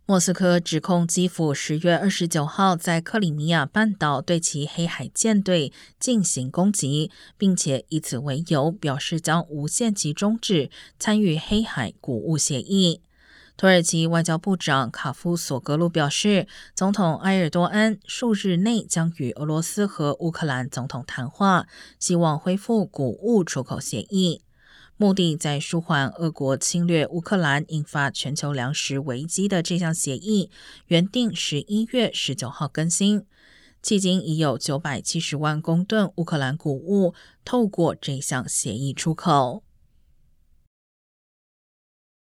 莫斯科指控基辅10月29号在克里米亚半岛对其黑海舰队进行攻击，并且以此为由表示将无限期终止参与黑海谷物协议。土耳其外交部长卡夫索格鲁表示，总统埃尔多安数日内将与俄罗斯和乌克兰总统谈话，希望恢复谷物出口协议，目的在舒缓俄国侵略乌克兰引发全球粮食危机的这项协议，原定11月19号更新，迄今已有970万公吨乌克兰谷物透过这项协议出口。